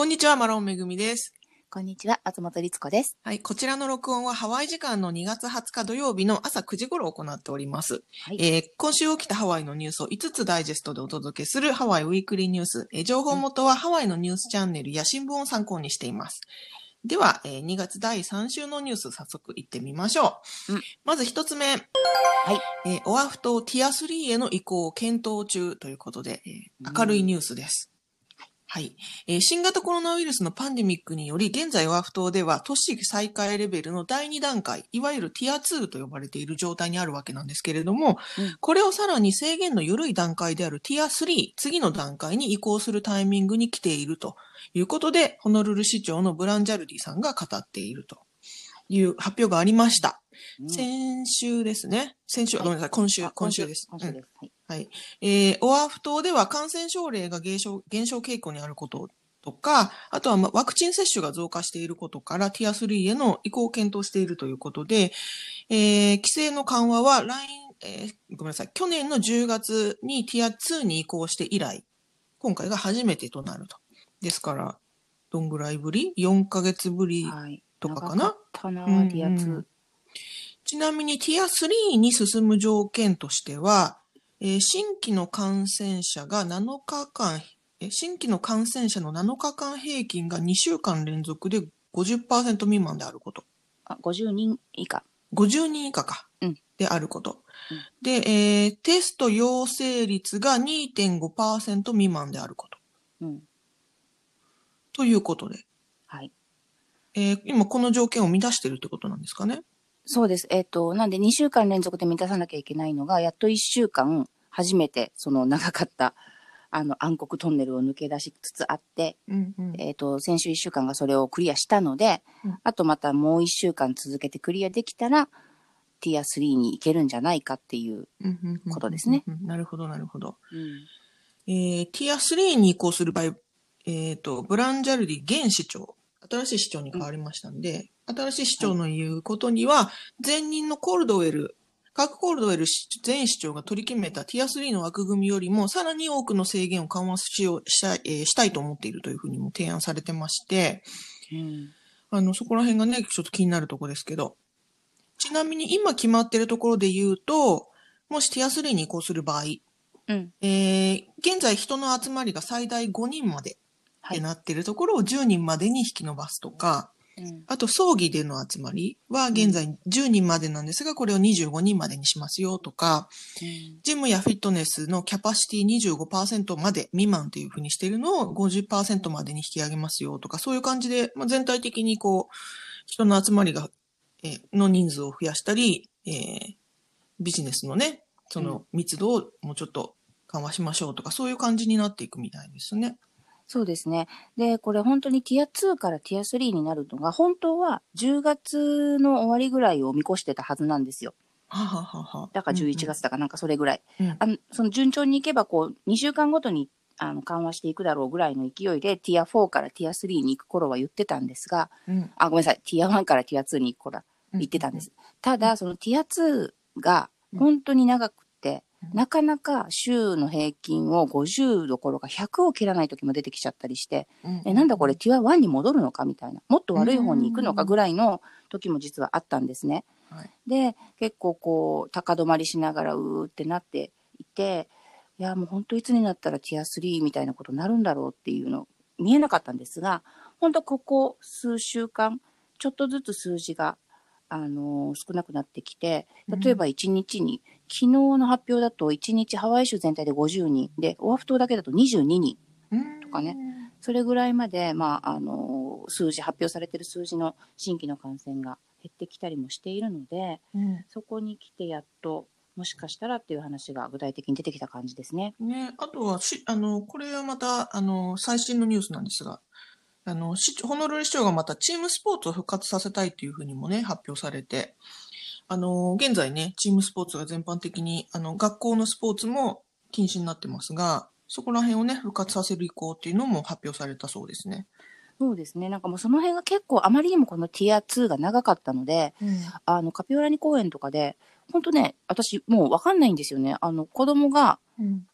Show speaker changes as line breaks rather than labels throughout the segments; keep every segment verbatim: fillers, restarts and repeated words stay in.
こんにちは、マロンめぐみです。
こんにちは、松本律子です。
はい、こちらの録音はハワイ時間のにがつはつか土曜日の朝くじ頃行っております。
はい
えー今週起きたハワイのニュースをいつつダイジェストでお届けするハワイウィークリーニュース。えー情報元はハワイのニュースチャンネルや新聞を参考にしています。では、えーにがつだいさん週のニュース早速行ってみましょう。
うん
まず一つ目、
はい。
えーオアフ島ティアスリーへの移行を検討中ということで、えー明るいニュースです。はい、えー新型コロナウイルスのパンデミックにより、現在オアフ島では都市再開レベルのだいに段階、いわゆるティアツーと呼ばれている状態にあるわけなんですけれども、
うん
これをさらに制限の緩い段階であるティアスリー、次の段階に移行するタイミングに来ているということで、ホノルル市長のブランジャルディさんが語っているという発表がありました。
うん
先週ですね。先週は、
はい
ごめんなさい、今週、
あ
今週です。
今週です。はい。
はい。えー、オアフ島では感染症例が減少、減少傾向にあることとか、あとはまワクチン接種が増加していることから、ティアスリーへの移行を検討しているということで、えー、規制の緩和は来、えーごめんなさい、去年のじゅうがつにティアツーに移行して以来、今回が初めてとなると。ですから、どんぐらいぶり ?よん ヶ月ぶり
はい。
とかかな、
長かったな、
うんうん
ティアツ
ちなみにティアスリーに進む条件としては、えー新規の感染者がなのかかん、えー新規の感染者のなのかかん平均がにしゅうかん連続で ごじゅっパーセント 未満であること。
あ、ごじゅうにん以下。
ごじゅうにん以下か。
うん
であること。
うん
で、えーテスト陽性率が にてんごパーセント 未満であること。
うん。
ということで。
はい。
えー今この条件を満たしているってことなんですかね。
そうです。えっ、と、なんでにしゅうかん連続で満たさなきゃいけないのが、やっといっしゅうかん、初めて、その長かった、あの、暗黒トンネルを抜け出しつつあって、
うんうん。
えっ、と、先週いっしゅうかんがそれをクリアしたので、
うん
あとまたもういっしゅうかん続けてクリアできたら、ティアスリーに行けるんじゃないかっていう。
うんうんうんうん
ことですね。
なるほど、なるほど。
うん。
えー、ティアスリーに移行する場合、えっ、と、ブランジャルディ現市長、新しい市長に変わりましたんで、新しい市長の言うことには、前任のコールドウェル、カーク・コールドウェル前市長が取り決めたティアスリーの枠組みよりも、さらに多くの制限を緩和しようしたい、えーしたいと思っているというふうにも提案されてまして、
うん。
あの、そこら辺がね、ちょっと気になるところですけど、ちなみに今決まっているところで言うと、もしティアスリーに移行する場合、
うん。
えー現在人の集まりが最大ごにんまでって
はい。
なっているところをじゅうにんまでに引き伸ばすとか、
うん。
あと葬儀での集まりは現在じゅうにんまでなんですが、これをにじゅうごにんまでにしますよとか、
うん。
ジムやフィットネスのキャパシティ にじゅうごパーセント まで未満というふうにしているのを ごじゅっパーセント までに引き上げますよとか、そういう感じで、まあ、全体的にこう、人の集まりが、えーの人数を増やしたり、えービジネスのね、その密度をもうちょっと緩和しましょうとか、そういう感じになっていくみたいですね。
そうですね。で、これ本当にティアツーからティアスリーになるのが、本当はじゅうがつの終わりぐらいを見越してたはずなんですよ。
はははは。
だからじゅういちがつだかなんかそれぐらい。
うんうん
あのその順調にいけば、こう、にしゅうかんごとにあの緩和していくだろうぐらいの勢いで、ティアフォーからティアスリーに行く頃は言ってたんですが、
うん
あ、ごめんなさい、ティアワンからティアツーに行く頃は言ってたんです。ただ、そのティアツーが本当に長くて、
うん
なかなか週の平均をごじゅうどころかひゃくを切らない時も出てきちゃったりして、
うん
え、なんだこれティアワンに戻るのかみたいな、もっと悪い方に行くのかぐらいの時も実はあったんですね。
はい
で、結構こう、高止まりしながらうーってなっていて、いや、もう本当いつになったらティアスリーみたいなことになるんだろうっていうの見えなかったんですが、本当ここ数週間、ちょっとずつ数字が、あのー少なくなってきて、例えばいちにちに、昨日の発表だといちにちハワイ州全体でごじゅうにんで、オアフ島だけだとにじゅうににんとかね、それぐらいまで、まあ、あのー数字、発表されている数字の新規の感染が減ってきたりもしているので、
うん
そこに来てやっと、もしかしたらっていう話が具体的に出てきた感じですね。
ね、あとはし、あの、これはまた、あの、最新のニュースなんですが、あの、市ホノルル市長がまたチームスポーツを復活させたいというふうにもね、発表されて、あの、現在ね、チームスポーツが全般的に、あの、学校のスポーツも禁止になってますが、そこら辺をね、復活させる意向っていうのも発表されたそうですね。
そうですね。なんかもうその辺が結構あまりにもこのティアツーが長かったので、
うん。
あの、カピオラニ公園とかで、本当ね、私もうわかんないんですよね。あの、子供が
うん。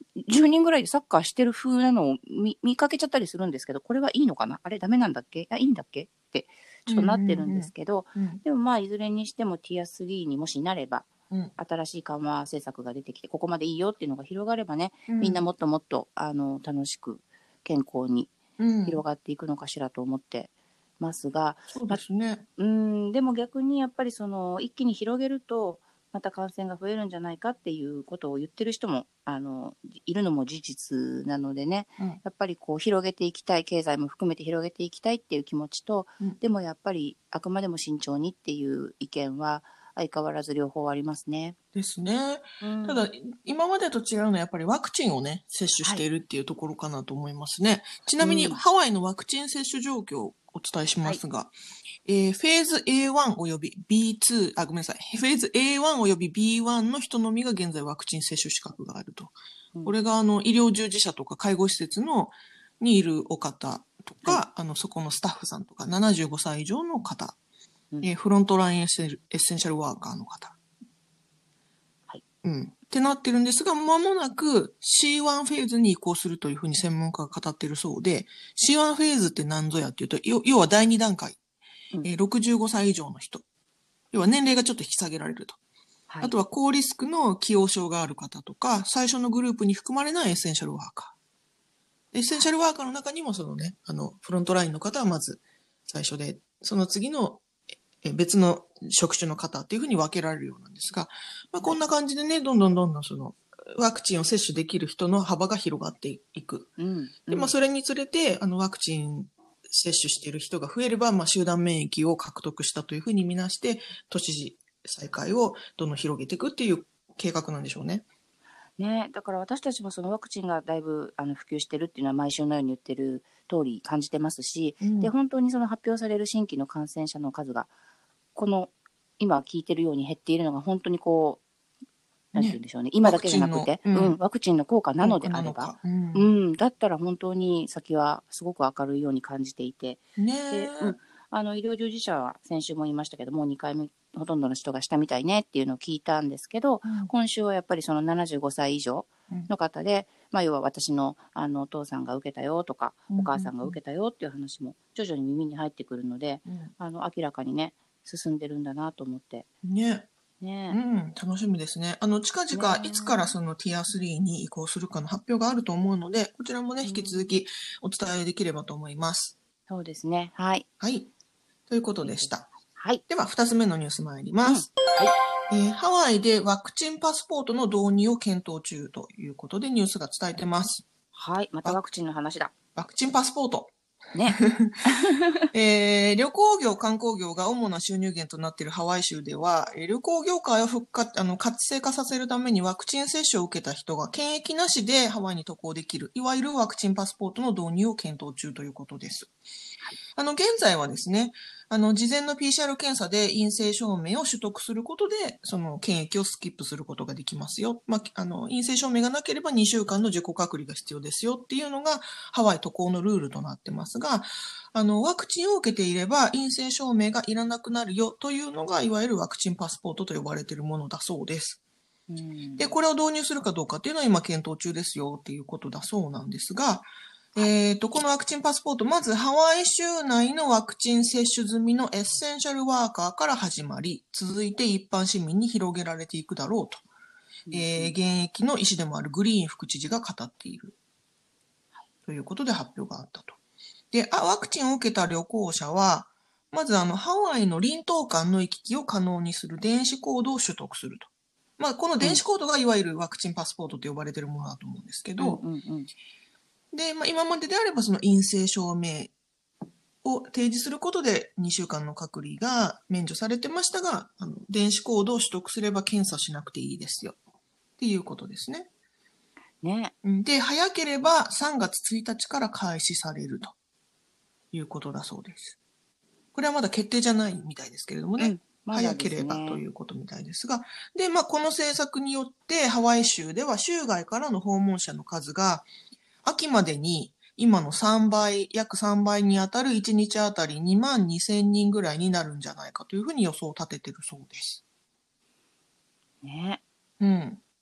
じゅうにんぐらいでサッカーしてる風なのを 見, 見かけちゃったりするんですけど、これはいいのかな、あれダメなんだっけ、あいいんだっけってちょっとなってるんですけど、
うんうんうん、
でもまあいずれにしてもティアスリーにもしなれば、
うん、
新しい緩和政策が出てきて、ここまでいいよっていうのが広がればね、
うん、
みんなもっともっとあの楽しく健康に
うん、
広がっていくのかしらと思ってますが、
そうで
ま、
すね。
うーんでも逆にやっぱりその一気に広げるとまた感染が増えるんじゃないかっていうことを言ってる人もあのいるのも事実なのでね、
うん、
やっぱりこう広げていきたい、経済も含めて広げていきたいっていう気持ちと、
うん、
でもやっぱりあくまでも慎重にっていう意見は相変わらず両方ありますね。
ですね。
うん、
ただ、今までと違うのはやっぱりワクチンをね、接種して
はい、
いるっていうところかなと思いますね。ちなみに、
うん、
ハワイのワクチン接種状況をお伝えしま
はい、
すが、えーフェーズ エーワン および ビーツー、あ、ごめんなさい。フェーズ エーワン および ビーワン の人のみが現在ワクチン接種資格があると。
うん、
これが、あの、医療従事者とか介護施設の、にいるお方とか、
はい、
あの、そこのスタッフさんとか、ななじゅうごさい以上の方、
うん、
えーフロントラインエッセンエッセンシャルワーカーの方、
はい、
うん。ってなってるんですが、間もなく シーワン フェーズに移行するというふうに専門家が語っているそうで、シーワン フェーズって何ぞやっていうと、要はだいに段階、
うん、
えーろくじゅうごさい以上の人。要は年齢がちょっと引き下げられると。
はい、
あとは高リスクの既往症がある方とか、最初のグループに含まれないエッセンシャルワーカー。エッセンシャルワーカーの中にもそのね、あの、フロントラインの方はまず最初で、その次の別の職種の方っていうふうに分けられるようなんですが、まあ、こんな感じでね、どんどんどんどんその、ワクチンを接種できる人の幅が広がっていく。
うん、
で、まあ、それにつれて、あの、ワクチン接種している人が増えれば、まあ、集団免疫を獲得したというふうに見なして、都市再開をどんどん広げていくっていう計画なんでしょうね。
ね、だから私たちもそのワクチンがだいぶあの普及してるっていうのは毎週のように言ってる通り感じてますし、
うん、
で本当にその発表される新規の感染者の数がこの今聞いてるように減っているのが本当にこうなんて言うんでしょうね、今だけじゃなくて、
ワクチンの、うん、
うん、ワクチンの効果なのであれば、うん、うん、だったら本当に先はすごく明るいように感じていて、
ね
で、うん、あの医療従事者は先週も言いましたけども、にかいめほとんどの人がしたみたいねっていうのを聞いたんですけど、
うん、
今週はやっぱりそのななじゅうごさい以上の方で、まあ、要は私の、あのお父さんが受けたよとか、お母さんが受けたよっていう話も徐々に耳に入ってくるので、
うん、
あの明らかにね進んでるんだなと思って。
ね。
ね
うん、楽しみですね。あの、近
え。
々、い
ね
つからそのティアスリーに移行するかの発表があると思うので、こちらもね、
え。う
引き
ん、
続きお伝えできればと思います。
そうですね。はい。
はい。ということでした。
はい。
では、二つ目のニュース参り
うん。は
ます。
い。
えーハワイでワクチンパスポートの導入を検討中ということでニュースが伝えてます。
はい。またワクチンの話だ。
ワクチンパスポート。
ね。
えー旅行業、観光業が主な収入源となっているハワイ州では、えー旅行業界を復活、あの、活性化させるためにワクチン接種を受けた人が検疫なしでハワイに渡航できる、いわゆるワクチンパスポートの導入を検討中ということです。あの、現在はですね、あの、事前の ピーシーアール 検査で陰性証明を取得することで、その検疫をスキップすることができますよ。まあ、あの、陰性証明がなければにしゅうかんの自己隔離が必要ですよっていうのがハワイ渡航のルールとなってますが、あの、ワクチンを受けていれば陰性証明がいらなくなるよというのが、いわゆるワクチンパスポートと呼ばれているものだそうです。
うん。
で、これを導入するかどうかっていうのは今検討中ですよっていうことだそうなんですが、えっと、このワクチンパスポート、まずハワイ州内のワクチン接種済みのエッセンシャルワーカーから始まり、続いて一般市民に広げられていくだろうと、えー、現役の医師でもあるグリーン副知事が語っているということで発表があったと。で、あワクチンを受けた旅行者は、まずあの、ハワイの臨島間の行き来を可能にする電子コードを取得すると。まあ、この電子コードがいわゆるワクチンパスポートと呼ばれているものだと思うんですけど、
うんうんうん。
で、まあ、今までであればその陰性証明を提示することでにしゅうかんの隔離が免除されてましたが、あの電子コードを取得すれば検査しなくていいですよっていうことですね。
ね。
で、早ければさんがつついたちから開始されるということだそうです。これはまだ決定じゃないみたいですけれどもね。うんま早ければということみたいですが。で、まあ、この政策によってハワイ州では州外からの訪問者の数が秋までに今のさんばい、約さんばいにあたるいちにちあたりにまんにせんにんぐらいになるんじゃないかというふうに予想を立てているそうです。
ね。
うん。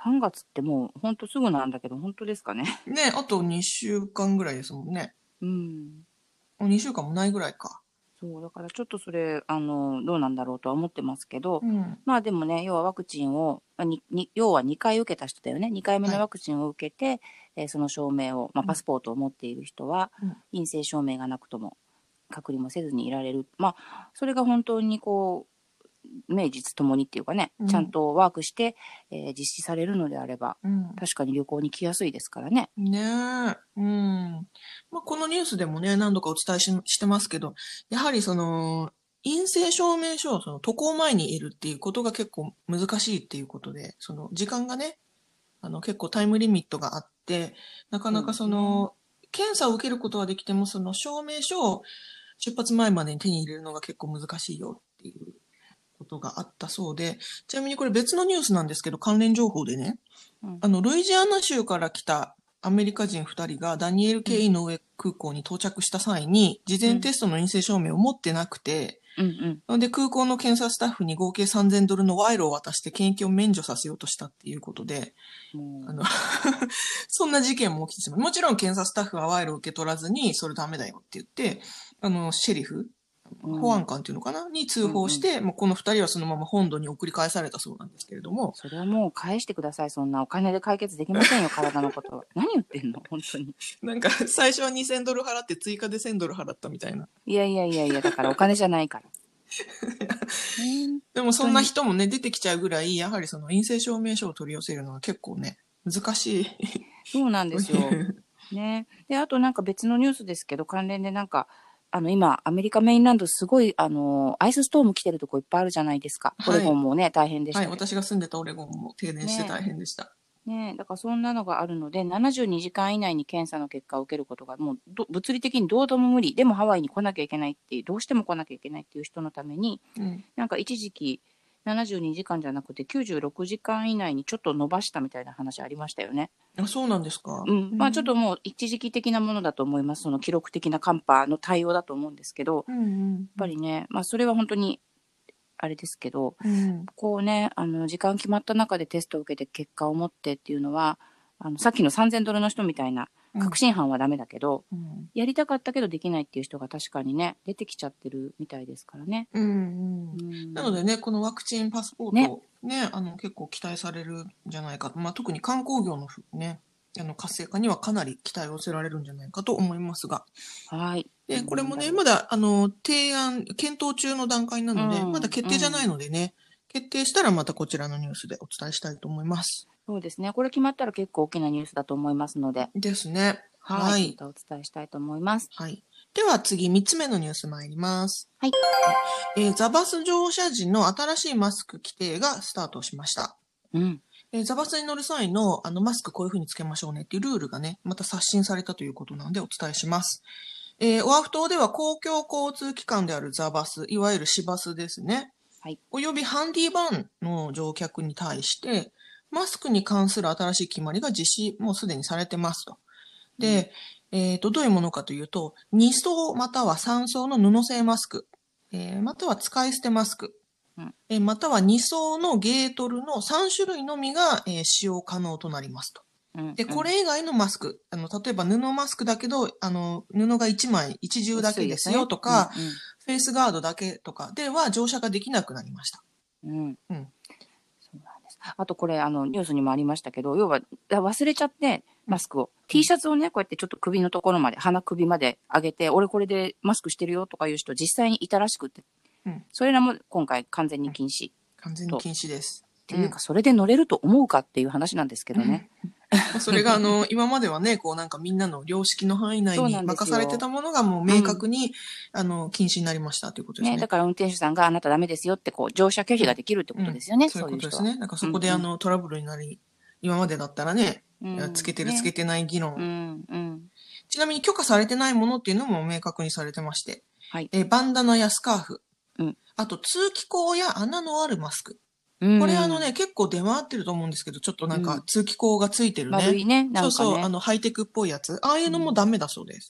さんがつってもうほんとすぐなんだけど、本当ですかね。
ね、あとにしゅうかんぐらいですもんね。
うん。
にしゅうかんもないぐらいか。
そう、だからちょっとそれ、あの、どうなんだろうとは思ってますけど、
うん。
まあでもね、要はワクチンを、あにに要はにかい受けた人だよね。にかいめ
はい。
のワクチンを受けて、えーその証明を、まあ、
うん。
パスポートを持っている人は、
うん
陰性証明がなくとも隔離もせずにいられる。まあ、それが本当にこう、名実ともにっていうかね、
うん
ちゃんとワークして、えー実施されるのであれば、
うん
確かに旅行に来やすいですからね。
ねえ。うん。まあ、このニュースでもね、何度かお伝えし、してますけど、やはりその、陰性証明書をその渡航前に得るっていうことが結構難しいっていうことで、その時間がね、あの結構タイムリミットがあって、なかなか
そうですね。
その、検査を受けることはできても、その証明書を出発前までに手に入れるのが結構難しいよっていうことがあったそうで、ちなみにこれ別のニュースなんですけど、関連情報でね、
うん
あの、ルイジアナ州から来たアメリカ人ふたりがダニエル・
うん
ケイノウエ空港に到着した際に、事前テストの陰性証明を持ってなくて、
うんうん。
で、空港の検査スタッフに合計さんぜんドルの賄賂を渡して検疫を免除させようとしたっていうことで、あの、
も
そんな事件も起きてしまう。もちろん検査スタッフは賄賂を受け取らずに、それダメだよって言って、あの、シェリフ、
う、うん、
保安官っていうのかなに通
うんうん。
報して、もうこの二人はそのまま本土に送り返されたそうなんですけれども、
それはもう返してください。そんなお金で解決できませんよ、体のことは。何言ってんの本当に。
なんか最初はにせんドル払って追加でせんドル払ったみたいな。
いやいやいやいや、だからお金じゃないから。ね、
でもそんな
本当に。
人もね、出てきちゃうぐらい、やはりその陰性証明書を取り寄せるのは結構ね、難しい
そうなんで
とい
すよ。
う。
ね。で、あとなんか別のニュースですけど、関連でなんか、あの今、アメリカメインランドすごい、あの、アイスストーム来てるとこいっぱいあるじゃないですか。オレ
はい。
ゴンもね、大変でし
はい。
たけど。
私が住んでたオレゴンも停電して
ね。
大変でした。
ねえ、だからそんなのがあるので、ななじゅうにじかん以内に検査の結果を受けることがもうど物理的にどうとも無理。でもハワイに来なきゃいけないっていう、どうしても来なきゃいけないっていう人のために、
うん。
なんか一時期ななじゅうにじかんじゃなくてきゅうじゅうろくじかん以内にちょっと伸ばしたみたいな話ありましたよね。
あ、そうなんですか。
うん。まあちょっ
うん。
ともう一時期的なものだと思います。その記録的な寒波の対応だと思うんですけど、やっ
うんうんうん。
ぱりね、まあそれは本当にあれですけど、
うん。
こうね、あの、時間決まった中でテストを受けて結果を持ってっていうのは、あの、さっきのさんぜんドルの人みたいな
うん。
確信犯はダメだけど、
うん
やりたかったけどできないっていう人が確かにね、出てきちゃってるみたいですからね。
うんう
うんん。
なのでね、このワクチンパスポー
ね。
ト、ね、あの、結構期待されるんじゃないかと。まあ、特に観光業のね、あの、活性化にはかなり期待を寄せられるんじゃないかと思いますが。
はい。
で、
どう
これもね、
なんだろ
まだ、あの、提案、検討中の段階な
う。う
ので、まだ
ん。
決定じゃない
うん。
のでね、決定したらまたこちらのニュースでお伝えしたいと思います。
そうですね。これ決まったら結構大きなニュースだと思いますので、
ですね。
はい。ま
はい。
たお伝えしたいと思います。
はい。では次、三つ目のニュース参ります。
はい。
えーザバス乗車時の新しいマスク規定がスタートしました。
うん。
えーザバスに乗る際のあのマスクこういう風につけましょうねっていうルールがね、また刷新されたということなのでお伝えします。えーオアフ島では公共交通機関であるザバス、いわゆる市バスですね。
はい。
およびハンディバンの乗客に対して、マスクに関する新しい決まりが実施、もうすでにされてますと。で、えっ、と、どういうものかというと、に層またはさん層の布製マスク、えーまたは使い捨てマスク、
うん
えーまたはに層のゲートルのさん種類のみが、えー使用可能となりますと。
うん。
で、これ以外のマスク、あの、例えば布マスクだけど、あの、布がいちまい、一重だけですよとか、
うん。
フェイスガードだけとかでは乗車ができなくなりました。
うん。うん。
うん。
そうなんです。あとこれ、あの、ニュースにもありましたけど、要は、忘れちゃって、マスクを。
うん、
T シャツをね、こうやってちょっと首のところまで、鼻首まで上げて、俺これでマスクしてるよとかいう人実際にいたらしくて、
うん、
それらも今回完全に禁止。
完全に禁止です。
っていうか、それで乗れると思うかっていう話なんですけどね。
うん、それが、あの、今まではね、こうなんかみんなの良識の範囲内に任されてたものがもう明確に、うん、あの、禁止になりましたということですね。
ね、だから運転手さんがあなたダメですよって、こう、乗車拒否ができるってことですよね。
うん、そういうことですね。なんかそこで、
うんうん、
あの、トラブルになり、今までだったらね、
うん、
つけてるつけてない議論、
ね、うんうん。
ちなみに許可されてないものっていうのも明確にされてまして、
はい、
えバンダナやスカーフ、
うん、
あと通気口や穴のあるマスク。
うん、
これあのね、結構出回ってると思うんですけど、ちょっとなんか通気口がついてるね。
丸いね、なんかね。
そうそう、あのハイテクっぽいやつ。ああいうのもダメだそうです。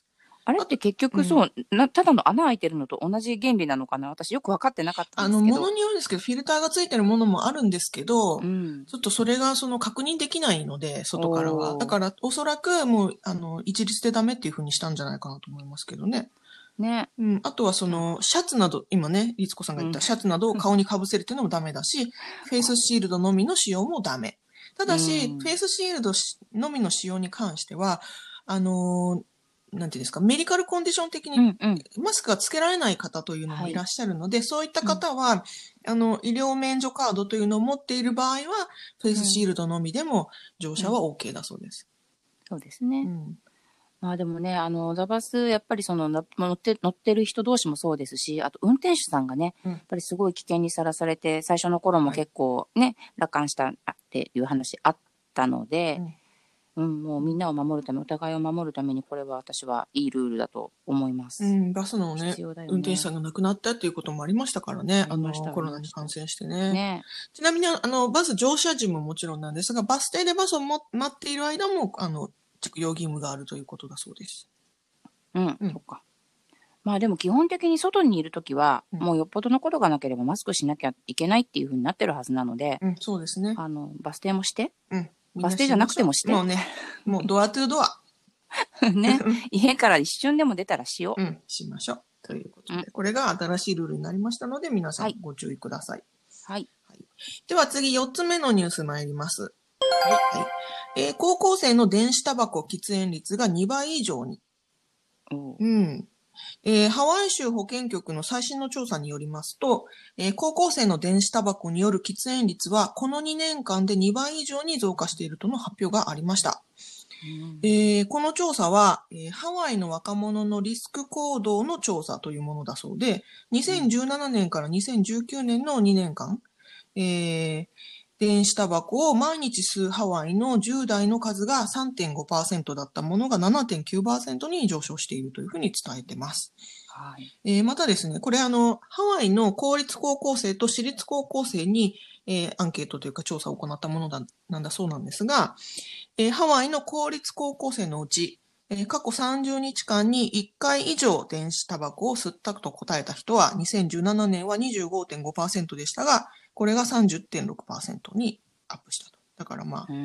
あれって結局そう、うん、なただの穴開いてるのと同じ原理なのかな。私よく分かってなかったんですけど。
あの、ものによるんですけど、フィルターがついてるものもあるんですけど、
うん、
ちょっとそれがその確認できないので、外からは。だから、おそらくもう、あの、一律でダメっていう風にしたんじゃないかなと思いますけどね。
ね。
うん。あとはその、シャツなど、今ね、律子さんが言ったシャツなどを顔に被せるっていうのもダメだし、フェイスシールドのみの使用もダメ。ただし、
うん、
フェイスシールドのみの使用に関しては、あのー、なんていうんですか、メディカルコンディション的にマスクがつけられない方というのもいらっしゃるので、はい、そういった方は、うん、あの、医療免除カードというのを持っている場合は、フェイスシールドのみでも乗車は OK だそうです。
うん、そうですね。
うん、
まあでもね、あの、ザバス、やっぱりその乗って、乗ってる人同士もそうですし、あと運転手さんがね、うん、やっぱりすごい危険にさらされて、最初の頃も結構ね、はい、羅漢したっていう話あったので、うん、うん、もうみんなを守るため、お互いを守るために、これは私はいいルールだと思います。
うん、バスのね、ね運転手さんが亡くなったっていうこともありましたからね、あの、コロナに感染してね。ね、ちなみに、あの、バス乗車時ももちろんなんですが、バス停でバスをも待っている間も、あの、着用義務があるということだそうです。
うん、うん、そっか。まあでも基本的に外にいるときは、うん、もうよっぽどのことがなければマスクしなきゃいけないっていうふうになってるはずなので、
うん、そうですね。
あの、バス停もして、
うん、
バス停じゃなくてもして。
もうね、もうドアトゥードア。
ね、家から一瞬でも出たらしよ
う。うん、しましょう。ということで、うん、これが新しいルールになりましたので、皆さんご注意ください。
はい。
はい、では次、よっつめのニュース参ります。はい。はいえー、高校生の電子タバコ喫煙率がにばい以上に。うん。えー、ハワイ州保健局の最新の調査によりますと、えー、高校生の電子タバコによる喫煙率はこのにねんかんでにばい以上に増加しているとの発表がありました。うんえー、この調査は、えー、ハワイの若者のリスク行動の調査というものだそうで、にせんじゅうななねんからにせんじゅうきゅうねんのにねんかん、えー、電子タバコを毎日吸うハワイのじゅう代の数が さんてんごパーセント だったものが ななてんきゅうパーセント に上昇しているというふうに伝えています。はいえー、またですね、これあの、ハワイの公立高校生と私立高校生に、えー、アンケートというか調査を行ったものだなんだそうなんですが、えー、ハワイの公立高校生のうち、えー、過去さんじゅうにちかんにいっかい以上電子タバコを吸ったと答えた人はにせんじゅうななねんは にじゅうごてんごパーセント でしたが、これが さんじゅってんろくパーセント にアップしたと。だからまあ、うん、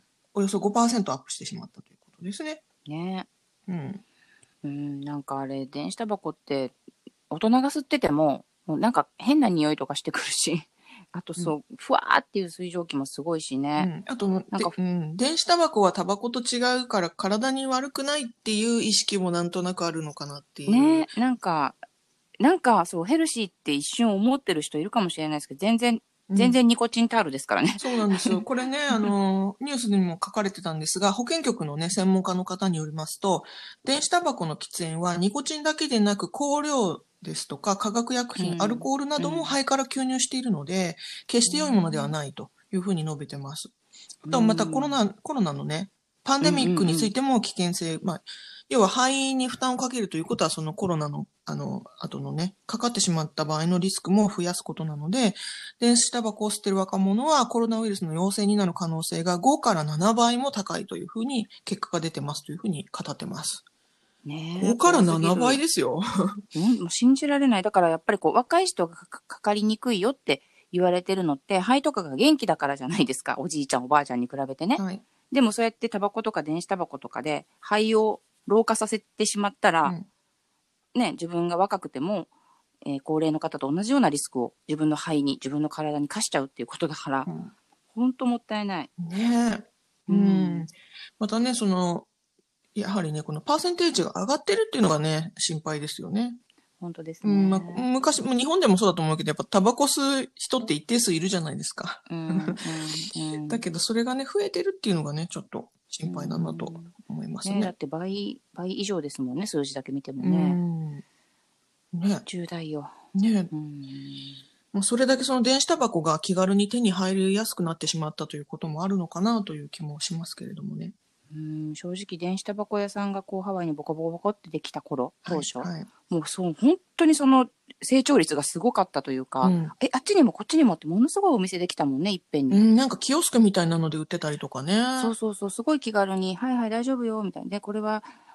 およそ ごパーセント アップしてしまったということですね。
ね。
うん。
うん、なんかあれ、電子タバコって大人が吸ってても、もうなんか変な匂いとかしてくるし、あとそう、うん、ふわーっていう水蒸気もすごいしね。
うん、あと、なんか、うん、電子タバコはタバコと違うから体に悪くないっていう意識もなんとなくあるのかなっていう。
ね、なんか、なんかそう、ヘルシーって一瞬思ってる人いるかもしれないですけど、全然、全然ニコチンタールですからね。
うん、そうなんですよ。これね、あの、ニュースにも書かれてたんですが、保健局のね、専門家の方によりますと、電子タバコの喫煙はニコチンだけでなく香料ですとか化学薬品、うん、アルコールなども肺から吸入しているので、決して良いものではないというふうに述べてます。あとまたコロナ、コロナのね、パンデミックについても危険性、うんうんうん、まあ、要は肺に負担をかけるということは、そのコロナの、あの、後のね、かかってしまった場合のリスクも増やすことなので、電子タバコを吸っている若者はコロナウイルスの陽性になる可能性がごからななばいも高いというふうに結果が出てますというふうに語ってます。ねえ。ごからななばいですよ。
うん、もう信じられない。だからやっぱりこう、若い人がかかりにくいよって言われてるのって、肺とかが元気だからじゃないですか。おじいちゃん、おばあちゃんに比べてね。はい、でもそうやってタバコとか電子タバコとかで肺を老化させてしまったら、うん、ね、自分が若くても、えー、高齢の方と同じようなリスクを自分の肺に、自分の体に課しちゃうっていうことだから、うん、ほんともったいない。
ねえ。うん。うん、またね、その、やはりね、このパーセンテージが上がってるっていうのがね、心配ですよね。
本当ですね。
うんまあ、昔、日本でもそうだと思うけど、やっぱタバコ吸う人って一定数いるじゃないですか。うんうんうん、だけど、それがね、増えてるっていうのがね、ちょっと心配だなと思いますね。ね
だって倍、倍以上ですもんね、数字だけ見てもね。うんね。重大よ。
ね。うんもうそれだけその電子タバコが気軽に手に入りやすくなってしまったということもあるのかなという気もしますけれどもね。
うん正直電子タバコ屋さんがこうハワイにボコボコボコってできた頃当初、はいはい、もうそう本当にその成長率がすごかったというか、うん、えあっちにもこっちにもってものすごいお店できたもんねいっぺんに、
うん、なんかキオスクみたいなので売ってたりとかね。
そうそうそうすごい気軽にはいはい大丈夫よみたいなでこれは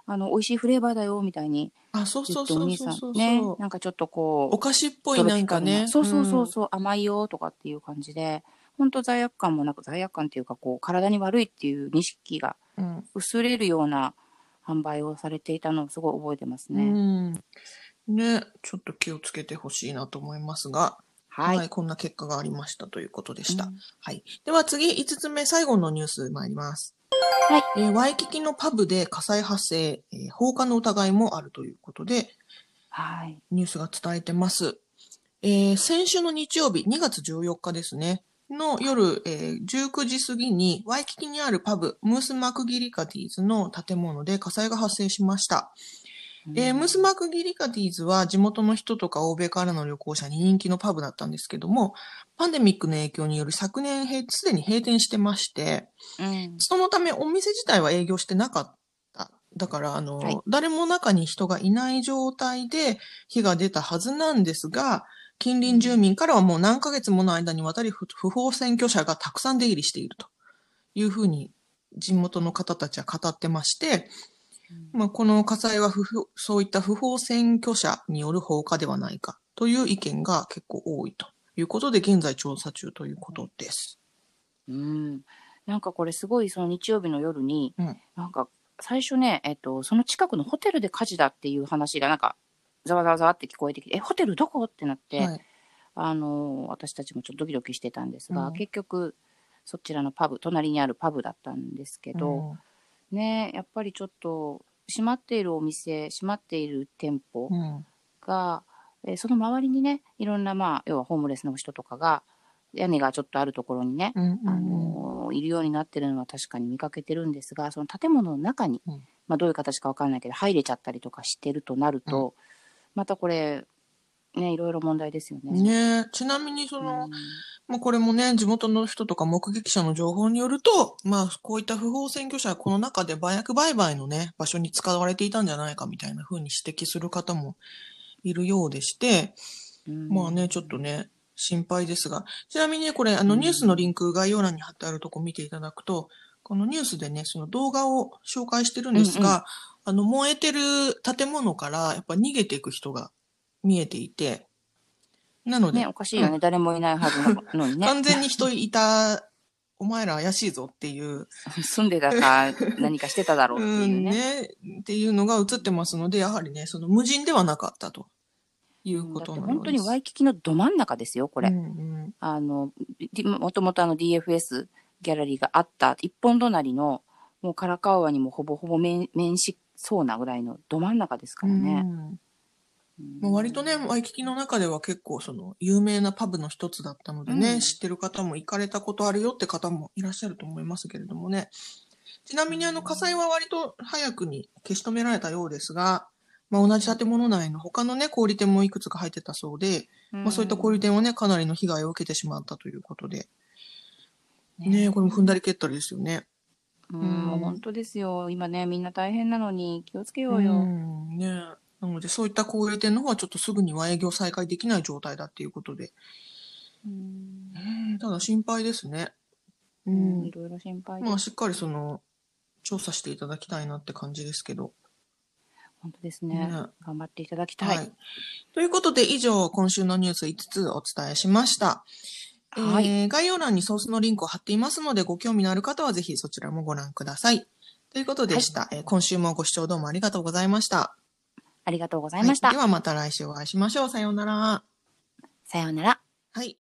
あの、美味しいフレーバーだよ、みたいに
あ、そう
言って、お
そうそう
兄さん、
そうそう
ね、
そう。
なんかちょっとこう、
お菓子っぽい
トロ
なん
ピカルな、
かね。
そうそうそう
うん。
そう、甘いよとかっていう感じで、ほんと罪悪感もなく、罪悪感っていうか、こう、体に悪いっていう認識が
うん。
薄れるような販売をされていたのをすごい覚えてます
う
ね。
ん。ね、ちょっと気をつけてほしいなと思いますが、
はい。
はい、こんな結果がありましたということでした。
うん
はい。では次、いつつめ、最後のニュース参ります。
はい。
えーワイキキのパブで火災発生、えー放火の疑いもあるということで、
はい。
ニュースが伝えてます。えー先週の日曜日、にがつじゅうよっかですね、の夜、えーじゅうくじ過ぎに、ワイキキにあるパブ、ムースマクギリカティーズの建物で火災が発生しました。えームースマクギリカティーズは地元の人とか欧米からの旅行者に人気のパブだったんですけども、パンデミックの影響により昨年へすでに閉店してまして、
うん。
そのためお店自体は営業してなかった。だから、あの、
はい
誰も中に人がいない状態で火が出たはずなんですが、近隣住民からはもう何ヶ月もの間にわたり不不法占拠者がたくさん出入りしているというふうに地元の方たちは語ってまして、まあ、この火災は不法そういった不法占拠者による放火ではないかという意見が結構多いということで、現在調査中ということです。
うん。なんかこれすごいその日曜日の夜に、
うん。
なんか最初ね、えっと、その近くのホテルで火事だっていう話がなんか、ざわざわざわって聞こえてきて、え、ホテルどこってなって、
はい。
あの、私たちもちょっとドキドキしてたんですが、
うん
結局、そちらのパブ、隣にあるパブだったんですけど、ね、やっぱりちょっと、閉まっているお店、閉まっている店舗
うん。うん。
が、えーその周りにね、いろんな、まあ、要はホームレスの人とかが、屋根がちょっとあるところにね、
うんうんうん
あのーいるようになってるのは確かに見かけてるんですが、その建物の中に、
うん
まあ、どういう形かわかんないけど、入れちゃったりとかしてるとなると、またこれ、ね、いろいろ問題ですよね。
ねえ、ちなみにその、
うん
まあ、これもね、地元の人とか目撃者の情報によると、まあ、こういった不法占拠者はこの中で麻薬売買のね、場所に使われていたんじゃないかみたいな風に指摘する方もいるようでして、
うん
まあね、ちょっとね、心配ですが。ちなみにね、これ、あの、
うん
ニュースのリンク概要欄に貼ってあるとこ見ていただくと、このニュースでね、その動画を紹介してるんですが、あの、燃えてる建物からやっぱ逃げていく人が見えていて、なので、
ね、おかしいよね。誰もいないはずなのにね。
完全に人いた、お前ら怪しいぞっていう、
住んでたか、何かしてただろうっていう
うん
ね。
ね、っていうのが映ってますので、やはりね、その無人ではなかったという
うんだっ
こと
て本当に
のようです。
ワイキキのど真ん中ですよ、これ。
うんうん
あの、D- もともとあの ディーエフエス ギャラリーがあった一本隣の、もうカラカウアにもほぼほぼ面面しそうなぐらいのど真ん中ですからね。
うんまあ、割とね、ワイキキの中では結構その有名なパブの一つだったのでね、
うん
知ってる方も行かれたことあるよって方もいらっしゃると思いますけれどもね。ちなみにあの火災は割と早くに消し止められたようですが、まあ、同じ建物内の他のね、小売店もいくつか入ってたそうで、まあ、そういった小売店はね、かなりの被害を受けてしまったということで。ねえ、これも踏んだり蹴ったりですよね。
うん、
うん
もう本当ですよ。今ね、みんな大変なのに気をつけよ
う
うよ。
ん、ねえ。なので、そういった小売店の方はちょっとすぐには営業再開できない状態だっていうことで。
うん、
ええただ心配ですね。う
うん
ん。
いろいろ心配です。
まあ、しっかりその、調査していただきたいなって感じですけど。
本当ですね。
ね
頑張っていただきた。
はいい。ということで、以上、今週のニュースいつつお伝えしました。
はい。
えー概要欄にソースのリンクを貼っていますので、ご興味のある方はぜひそちらもご覧ください。ということでした。えー今週もご視聴どうもありがとうございました。
ありがとうございました。
はい、ではまた来週お会いしましょう。さようなら。
さようなら。
はい。